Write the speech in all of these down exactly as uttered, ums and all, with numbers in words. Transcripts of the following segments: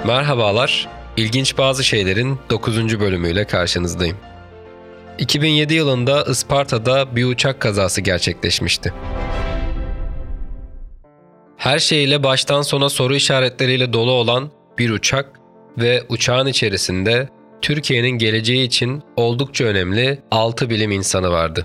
Merhabalar, İlginç Bazı Şeylerin dokuzuncu bölümüyle karşınızdayım. iki bin yedi yılında Isparta'da bir uçak kazası gerçekleşmişti. Her şeyiyle baştan sona soru işaretleriyle dolu olan bir uçak ve uçağın içerisinde Türkiye'nin geleceği için oldukça önemli altı bilim insanı vardı.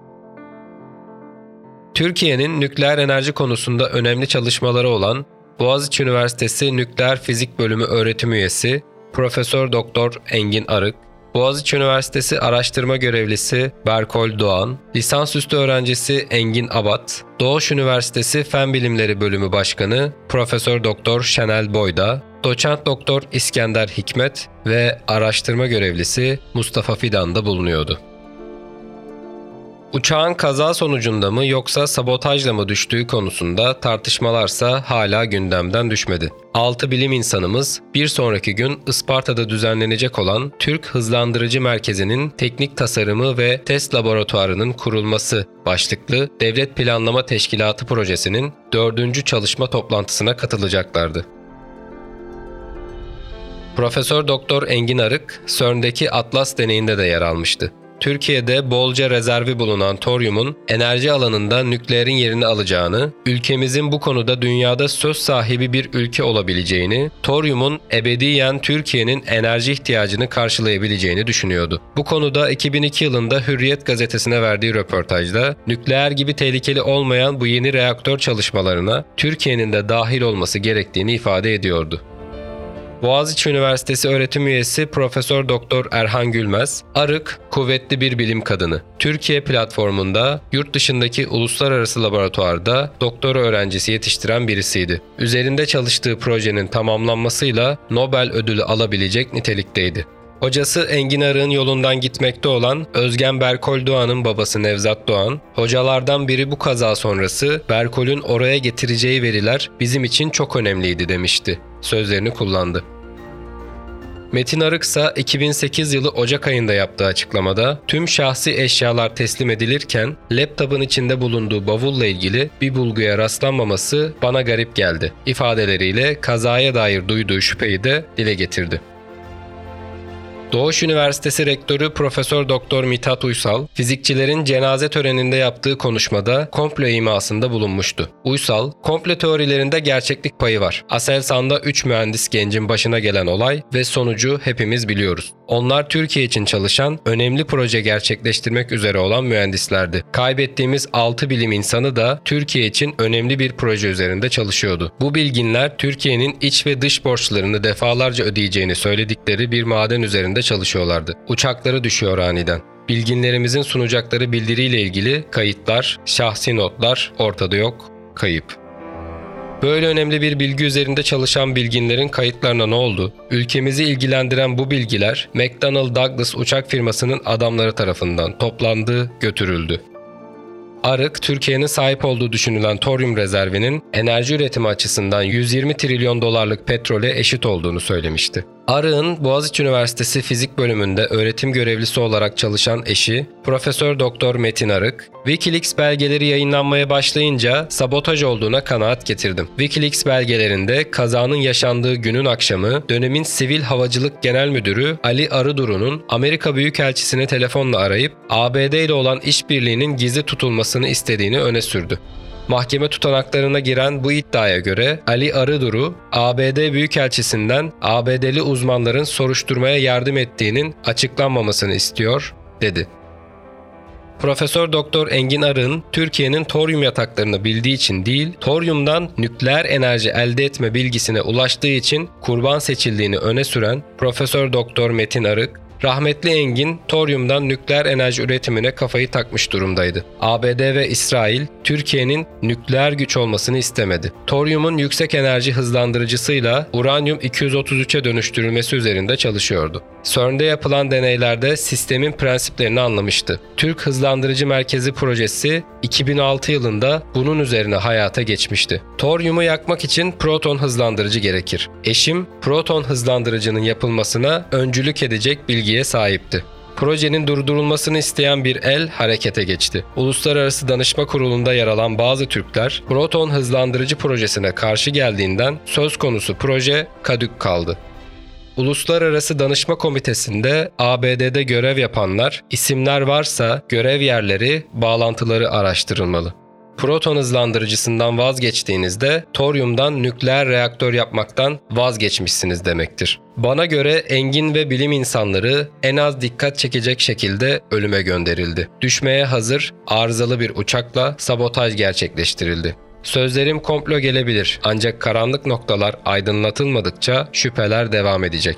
Türkiye'nin nükleer enerji konusunda önemli çalışmaları olan Boğaziçi Üniversitesi Nükleer Fizik Bölümü öğretim üyesi Profesör Doktor Engin Arık, Boğaziçi Üniversitesi Araştırma Görevlisi Berkol Doğan, lisansüstü öğrencisi Engin Abat, Doğuş Üniversitesi Fen Bilimleri Bölümü Başkanı Profesör Doktor Şenel Boyda, Doçent Doktor İskender Hikmet ve araştırma görevlisi Mustafa Fidan da bulunuyordu. Uçağın kaza sonucunda mı yoksa sabotajla mı düştüğü konusunda tartışmalarsa hala gündemden düşmedi. altı bilim insanımız bir sonraki gün Isparta'da düzenlenecek olan Türk Hızlandırıcı Merkezi'nin teknik tasarımı ve test laboratuvarının kurulması başlıklı Devlet Planlama Teşkilatı projesinin dördüncü çalışma toplantısına katılacaklardı. Profesör Doktor Engin Arık, CERN'deki Atlas deneyinde de yer almıştı. Türkiye'de bolca rezervi bulunan toryumun enerji alanında nükleerin yerini alacağını, ülkemizin bu konuda dünyada söz sahibi bir ülke olabileceğini, toryumun ebediyen Türkiye'nin enerji ihtiyacını karşılayabileceğini düşünüyordu. Bu konuda iki bin iki yılında Hürriyet gazetesine verdiği röportajda, nükleer gibi tehlikeli olmayan bu yeni reaktör çalışmalarına Türkiye'nin de dahil olması gerektiğini ifade ediyordu. Boğaziçi Üniversitesi öğretim üyesi Profesör Doktor Erhan Gülmez, Arık, kuvvetli bir bilim kadını. Türkiye platformunda, yurt dışındaki uluslararası laboratuvarda doktora öğrencisi yetiştiren birisiydi. Üzerinde çalıştığı projenin tamamlanmasıyla Nobel ödülü alabilecek nitelikteydi. Hocası Engin Arık'ın yolundan gitmekte olan Özgen Berkol Doğan'ın babası Nevzat Doğan, hocalardan biri bu kaza sonrası Berkol'ün oraya getireceği veriler bizim için çok önemliydi demişti. Sözlerini kullandı. Metin Arık ise iki bin sekiz yılı Ocak ayında yaptığı açıklamada tüm şahsi eşyalar teslim edilirken laptopun içinde bulunduğu bavulla ilgili bir bulguya rastlanmaması bana garip geldi ifadeleriyle kazaya dair duyduğu şüpheyi de dile getirdi. Doğuş Üniversitesi Rektörü Profesör Doktor Mithat Uysal, fizikçilerin cenaze töreninde yaptığı konuşmada komplo imasında bulunmuştu. Uysal, komplo teorilerinde gerçeklik payı var. Aselsan'da üç mühendis gencin başına gelen olay ve sonucu hepimiz biliyoruz. Onlar Türkiye için çalışan, önemli proje gerçekleştirmek üzere olan mühendislerdi. Kaybettiğimiz altı bilim insanı da Türkiye için önemli bir proje üzerinde çalışıyordu. Bu bilginler Türkiye'nin iç ve dış borçlarını defalarca ödeyeceğini söyledikleri bir maden üzerinde çalışıyorlardı. Uçakları düşüyor aniden. Bilginlerimizin sunacakları bildiriyle ilgili kayıtlar, şahsi notlar ortada yok, kayıp. Böyle önemli bir bilgi üzerinde çalışan bilginlerin kayıtlarına ne oldu? Ülkemizi ilgilendiren bu bilgiler McDonnell Douglas uçak firmasının adamları tarafından toplandı, götürüldü. Arık, Türkiye'nin sahip olduğu düşünülen toryum rezervinin enerji üretimi açısından yüz yirmi trilyon dolarlık petrole eşit olduğunu söylemişti. Arık'ın Boğaziçi Üniversitesi Fizik Bölümünde öğretim görevlisi olarak çalışan eşi Profesör Doktor Metin Arık, Wikileaks belgeleri yayınlanmaya başlayınca sabotaj olduğuna kanaat getirdim. Wikileaks belgelerinde kazanın yaşandığı günün akşamı dönemin Sivil Havacılık Genel Müdürü Ali Arıduru'nun Amerika Büyükelçisini telefonla arayıp A B D ile olan işbirliğinin gizli tutulmasını istediğini öne sürdü. Mahkeme tutanaklarına giren bu iddiaya göre Ali Arıduru, A B D Büyükelçisinden A B D'li uzmanların soruşturmaya yardım ettiğinin açıklanmamasını istiyor, dedi. Profesör Doktor Engin Arık'ın Türkiye'nin toryum yataklarını bildiği için değil, toryumdan nükleer enerji elde etme bilgisine ulaştığı için kurban seçildiğini öne süren Profesör Doktor Metin Arık, rahmetli Engin, toryumdan nükleer enerji üretimine kafayı takmış durumdaydı. A B D ve İsrail, Türkiye'nin nükleer güç olmasını istemedi. Toryumun yüksek enerji hızlandırıcısıyla uranyum iki yüz otuz üçe dönüştürülmesi üzerinde çalışıyordu. CERN'de yapılan deneylerde sistemin prensiplerini anlamıştı. Türk Hızlandırıcı Merkezi projesi iki bin altı yılında bunun üzerine hayata geçmişti. Toryumu yakmak için proton hızlandırıcı gerekir. Eşim, proton hızlandırıcının yapılmasına öncülük edecek bilgiye sahipti. Projenin durdurulmasını isteyen bir el harekete geçti. Uluslararası Danışma Kurulu'nda yer alan bazı Türkler, proton hızlandırıcı projesine karşı geldiğinden söz konusu proje kadük kaldı. Uluslararası Danışma Komitesi'nde A B D'de görev yapanlar, isimler varsa görev yerleri, bağlantıları araştırılmalı. Proton hızlandırıcısından vazgeçtiğinizde toryumdan nükleer reaktör yapmaktan vazgeçmişsiniz demektir. Bana göre engin ve bilim insanları en az dikkat çekecek şekilde ölüme gönderildi. Düşmeye hazır, arızalı bir uçakla sabotaj gerçekleştirildi. Sözlerim komplo gelebilir ancak karanlık noktalar aydınlatılmadıkça şüpheler devam edecek.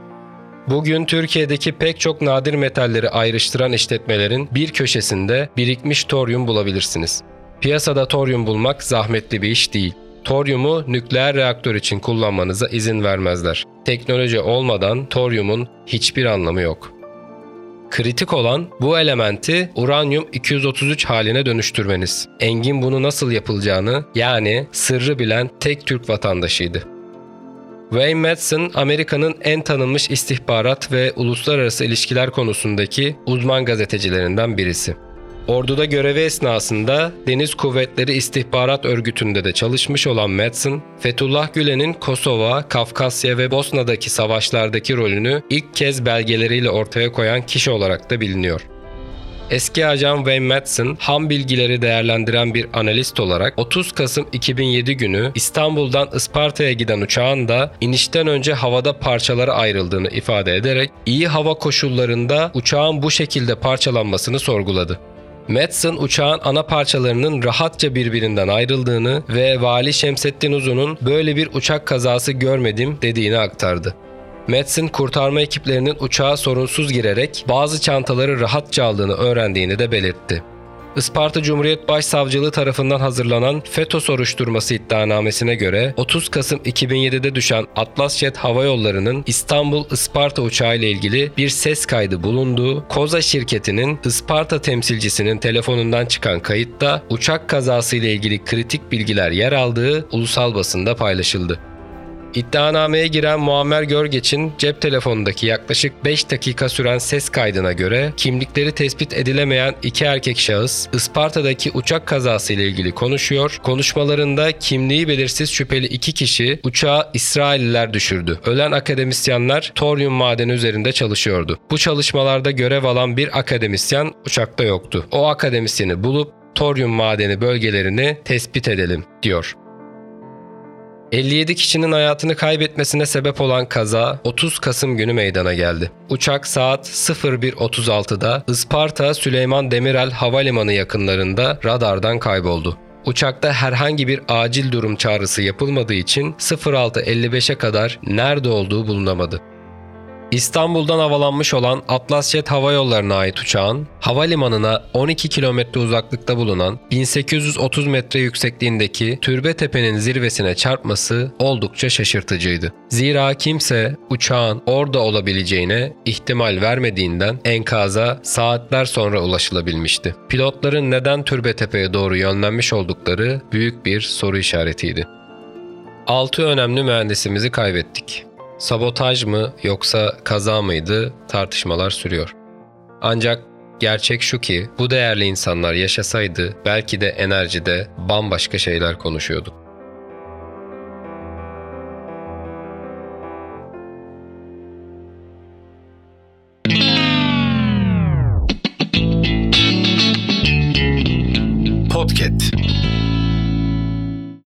Bugün Türkiye'deki pek çok nadir metalleri ayrıştıran işletmelerin bir köşesinde birikmiş toryum bulabilirsiniz. Piyasada toryum bulmak zahmetli bir iş değil. Toryumu nükleer reaktör için kullanmanıza izin vermezler. Teknoloji olmadan toryumun hiçbir anlamı yok. Kritik olan bu elementi uranyum iki yüz otuz üç haline dönüştürmeniz. Engin bunu nasıl yapılacağını, yani sırrı bilen tek Türk vatandaşıydı. Wayne Madsen, Amerika'nın en tanınmış istihbarat ve uluslararası ilişkiler konusundaki uzman gazetecilerinden birisi. Orduda görevi esnasında Deniz Kuvvetleri İstihbarat Örgütü'nde de çalışmış olan Madsen, Fethullah Gülen'in Kosova, Kafkasya ve Bosna'daki savaşlardaki rolünü ilk kez belgeleriyle ortaya koyan kişi olarak da biliniyor. Eski ajan Wayne Madsen, ham bilgileri değerlendiren bir analist olarak otuz Kasım iki bin yedi günü İstanbul'dan Isparta'ya giden uçağın da inişten önce havada parçalara ayrıldığını ifade ederek iyi hava koşullarında uçağın bu şekilde parçalanmasını sorguladı. Madsen, uçağın ana parçalarının rahatça birbirinden ayrıldığını ve Vali Şemsettin Uzun'un "böyle bir uçak kazası görmedim" dediğini aktardı. Madsen, kurtarma ekiplerinin uçağa sorunsuz girerek bazı çantaları rahatça aldığını öğrendiğini de belirtti. Isparta Cumhuriyet Başsavcılığı tarafından hazırlanan FETÖ soruşturması iddianamesine göre otuz Kasım iki bin yedide düşen Atlasjet Hava Yolları'nın İstanbul-Isparta uçağı ile ilgili bir ses kaydı bulunduğu, Koza şirketinin Isparta temsilcisinin telefonundan çıkan kayıtta uçak kazası ile ilgili kritik bilgiler yer aldığı ulusal basında paylaşıldı. İddianameye giren Muammer Görgeç'in cep telefonundaki yaklaşık beş dakika süren ses kaydına göre kimlikleri tespit edilemeyen iki erkek şahıs Isparta'daki uçak kazası ile ilgili konuşuyor. Konuşmalarında kimliği belirsiz şüpheli iki kişi uçağı İsrailliler düşürdü. Ölen akademisyenler toryum madeni üzerinde çalışıyordu. Bu çalışmalarda görev alan bir akademisyen uçakta yoktu. O akademisyeni bulup toryum madeni bölgelerini tespit edelim diyor. elli yedi kişinin hayatını kaybetmesine sebep olan kaza otuz Kasım günü meydana geldi. Uçak saat sıfır bir otuz altıda Isparta Süleyman Demirel Havalimanı yakınlarında radardan kayboldu. Uçakta herhangi bir acil durum çağrısı yapılmadığı için sıfır altı elli beşe kadar nerede olduğu bulunamadı. İstanbul'dan havalanmış olan Atlasjet Hava Yolları'na ait uçağın havalimanına on iki kilometre uzaklıkta bulunan bin sekiz yüz otuz metre yüksekliğindeki Türbetepe'nin zirvesine çarpması oldukça şaşırtıcıydı. Zira kimse uçağın orada olabileceğine ihtimal vermediğinden enkaza saatler sonra ulaşılabilmişti. Pilotların neden Türbetepe'ye doğru yönlenmiş oldukları büyük bir soru işaretiydi. altı önemli mühendisimizi kaybettik. Sabotaj mı yoksa kaza mıydı tartışmalar sürüyor. Ancak gerçek şu ki bu değerli insanlar yaşasaydı belki de enerjide bambaşka şeyler konuşuyorduk.